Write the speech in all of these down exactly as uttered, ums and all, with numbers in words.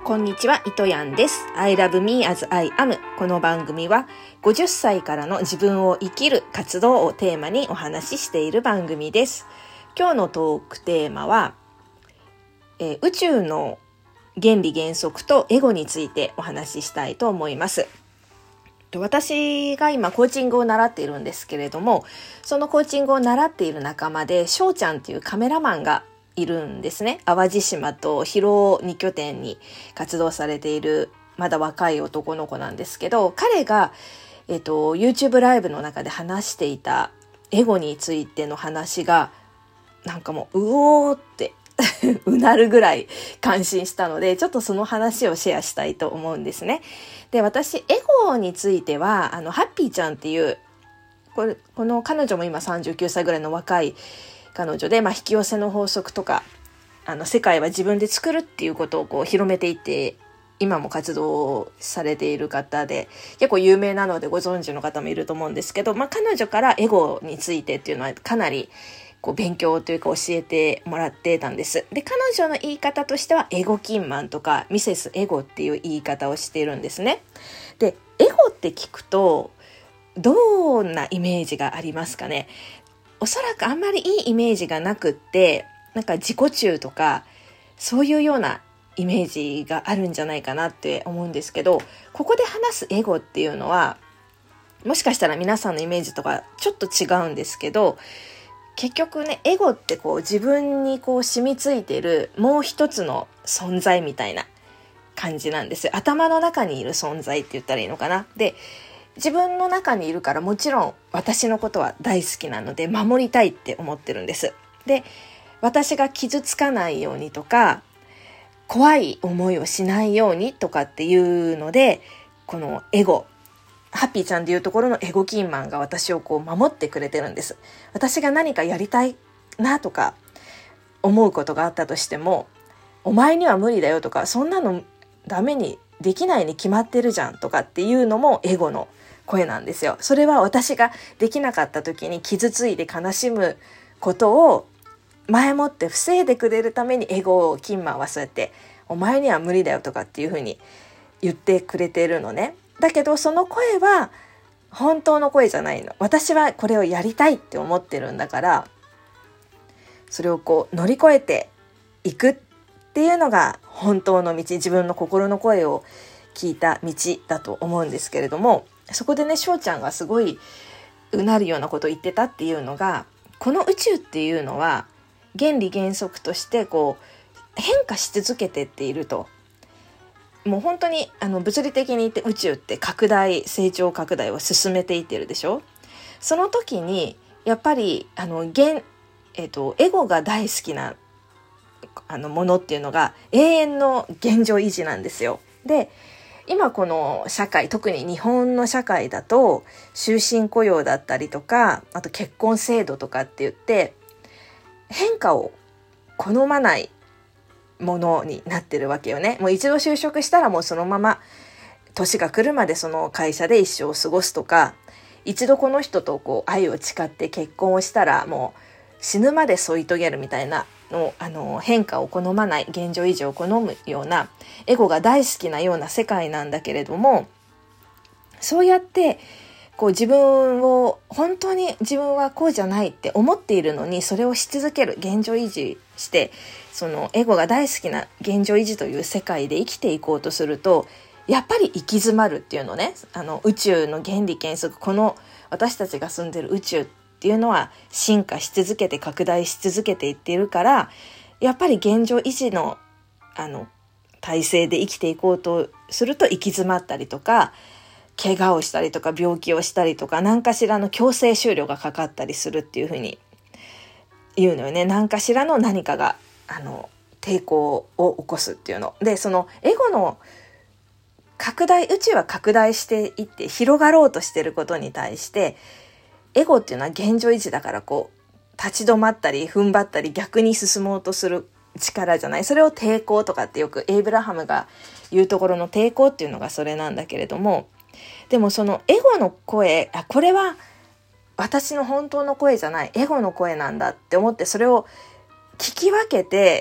こんにちは、いとやんです。I love me as I am。この番組はごじゅっさいからの自分を生きる活動をテーマにお話ししている番組です。今日のトークテーマは、えー、宇宙の原理原則とエゴについてお話ししたいと思います。私が今コーチングを習っているんですけれども、そのコーチングを習っている仲間でしょうちゃんっていうカメラマンがいるんですね。淡路島と広尾に拠点に活動されているまだ若い男の子なんですけど、彼が、えっと、YouTube ライブの中で話していたエゴについての話がなんかもううおーってうなるぐらい感心したので、ちょっとその話をシェアしたいと思うんですね。で、私エゴについてはあのハッピーちゃんっていうこれこの彼女も今さんじゅうきゅうさいぐらいの若い彼女で、まあ、引き寄せの法則とかあの世界は自分で作るっていうことをこう広めていって今も活動されている方で結構有名なのでご存知の方もいると思うんですけど、まあ、彼女からエゴについてっていうのはかなりこう勉強というか教えてもらってたんです。で、彼女の言い方としてはエゴキンマンとかミセスエゴっていう言い方をしているんですね。で、エゴって聞くとどんなイメージがありますかね。おそらくあんまりいいイメージがなくって、なんか自己中とかそういうようなイメージがあるんじゃないかなって思うんですけど、ここで話すエゴっていうのはもしかしたら皆さんのイメージとかちょっと違うんですけど、結局ね、エゴってこう自分にこう染みついているもう一つの存在みたいな感じなんですよ。頭の中にいる存在って言ったらいいのかな。で、自分の中にいるからもちろん私のことは大好きなので守りたいって思ってるんです。で、私が傷つかないようにとか怖い思いをしないようにとかっていうので、このエゴ、ハッピーちゃんでいうところのエゴキンマンが私をこう守ってくれてるんです。私が何かやりたいなとか思うことがあったとしても、お前には無理だよとか、そんなのダメにできないに決まってるじゃんとかっていうのもエゴの声なんですよ。それは私ができなかった時に傷ついて悲しむことを前もって防いでくれるためにエゴキンマンはそうやってお前には無理だよとかっていう風に言ってくれてるのね。だけどその声は本当の声じゃないの。私はこれをやりたいって思ってるんだから、それをこう乗り越えていくっていうのが本当の道、自分の心の声を聞いた道だと思うんですけれども、そこでね、しょうちゃんがすごいうなるようなことを言ってたっていうのが、この宇宙っていうのは原理原則としてこう変化し続けてっていると。もう本当にあの物理的に言って宇宙って拡大成長拡大を進めていってるでしょ。その時にやっぱりあの現、えっと、エゴが大好きなあのものっていうのが永遠の現状維持なんですよ。で、今この社会、特に日本の社会だと終身雇用だったりとか、あと結婚制度とかって言って変化を好まないものになってるわけよね。もう一度就職したらもうそのまま年が来るまでその会社で一生を過ごすとか、一度この人とこう愛を誓って結婚をしたらもう死ぬまで添い遂げるみたいなの、あの変化を好まない、現状維持を好むようなエゴが大好きなような世界なんだけれども、そうやってこう自分を本当に自分はこうじゃないって思っているのに、それをし続ける、現状維持してそのエゴが大好きな現状維持という世界で生きていこうとすると、やっぱり行き詰まるっていうのね。あの宇宙の原理原則、この私たちが住んでる宇宙っていうのは進化し続けて拡大し続けていっているから、やっぱり現状維持のあの体制で生きていこうとすると行き詰まったりとか、怪我をしたりとか病気をしたりとか、何かしらの強制終了がかかったりするっていうふうに言うのよね。何かしらの何かがあの抵抗を起こすっていうので、そのエゴの拡大、宇宙は拡大していって広がろうとしていることに対して、エゴっていうのは現状維持だからこう立ち止まったり踏ん張ったり逆に進もうとする力じゃない。それを抵抗とかってよくエイブラハムが言うところの抵抗っていうのがそれなんだけれども、でもそのエゴの声、あ、これは私の本当の声じゃない、エゴの声なんだって思って、それを聞き分けて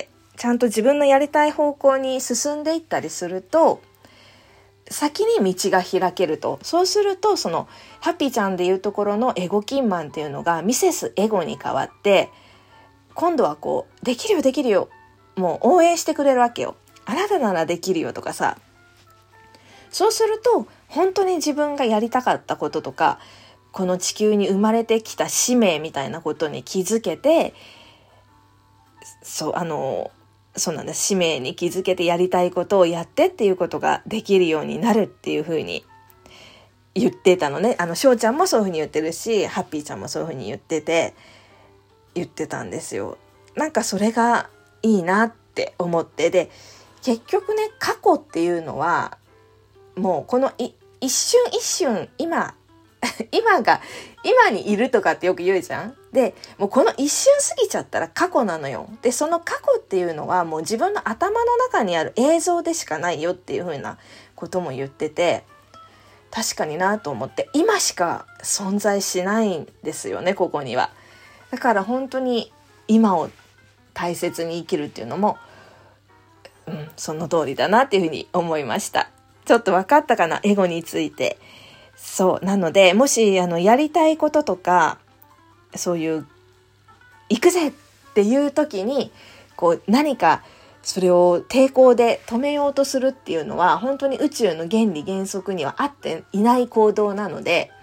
ちゃんと自分のやりたい方向に進んでいったりすると、先に道が開けると。そうすると、そのハッピーちゃんでいうところのエゴキンマンっていうのがミセスエゴに変わって、今度はこう、できるよできるよ、もう応援してくれるわけよ。あなたならできるよとかさ。そうすると本当に自分がやりたかったこととか、この地球に生まれてきた使命みたいなことに気づけて、そうあのそうなんです。使命に気づけてやりたいことをやってっていうことができるようになるっていう風に言ってたのね。あの翔ちゃんもそういう風に言ってるし、ハッピーちゃんもそういう風に言ってて言ってたんですよ。なんかそれがいいなって思って、で結局ね、過去っていうのはもうこのい一瞬一瞬今今が今にいるとかってよく言うじゃん。でもうこの一瞬過ぎちゃったら過去なのよ。でその過去っていうのはもう自分の頭の中にある映像でしかないよっていう風なことも言ってて、確かになと思って、今しか存在しないんですよね、ここには。だから本当に今を大切に生きるっていうのも、うん、その通りだなっていうふうに思いました。ちょっと分かったかな、エゴについて。そうなので、もしあのやりたいこととか、そういう行くぜっていう時にこう何かそれを抵抗で止めようとするっていうのは、本当に宇宙の原理原則には合っていない行動なので、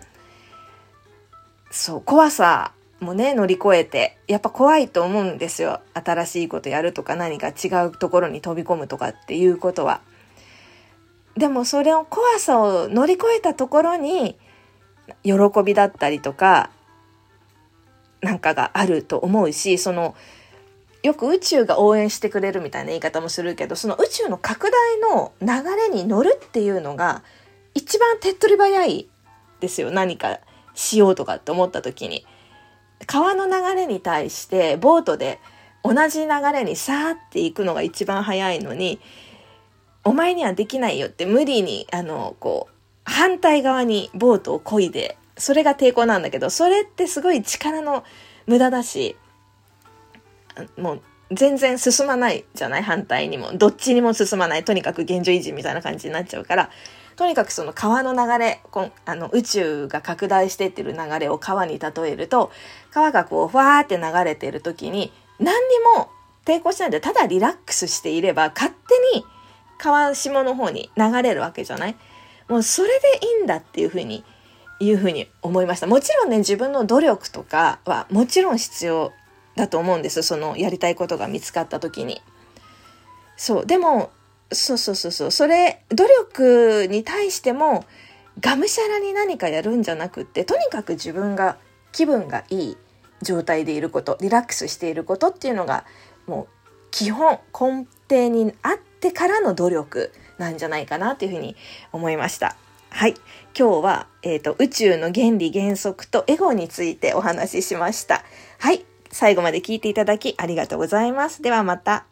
そう怖さもね乗り越えて、やっぱ怖いと思うんですよ。新しいことやるとか、何か違うところに飛び込むとかっていうことは。でもそれを怖さを乗り越えたところに喜びだったりとかなんかがあると思うし、そのよく宇宙が応援してくれるみたいな言い方もするけど、その宇宙の拡大の流れに乗るっていうのが一番手っ取り早いですよ。何かしようとかって思った時に、川の流れに対してボートで同じ流れにさーって行くのが一番早いのに、お前にはできないよって無理にあのこう反対側にボートを漕いで、それが抵抗なんだけど、それってすごい力の無駄だし、もう全然進まないじゃない。反対にもどっちにも進まない、とにかく現状維持みたいな感じになっちゃうから、とにかくその川の流れ、こあの宇宙が拡大してってる流れを川に例えると、川がこうふわーって流れてる時に何にも抵抗しないでただリラックスしていれば、勝手に川下の方に流れるわけじゃない。もうそれでいいんだっていうふうにいうふうに思いました。もちろんね、自分の努力とかはもちろん必要だと思うんです。そのやりたいことが見つかった時に。そうでもそうそうそうそうそれ努力に対してもがむしゃらに何かやるんじゃなくって、とにかく自分が気分がいい状態でいること、リラックスしていることっていうのがもう基本根底にあってからの努力なんじゃないかなというふうに思いました。はい、今日は、えーと、宇宙の原理原則とエゴについてお話ししました。はい、最後まで聞いていただきありがとうございます。ではまた。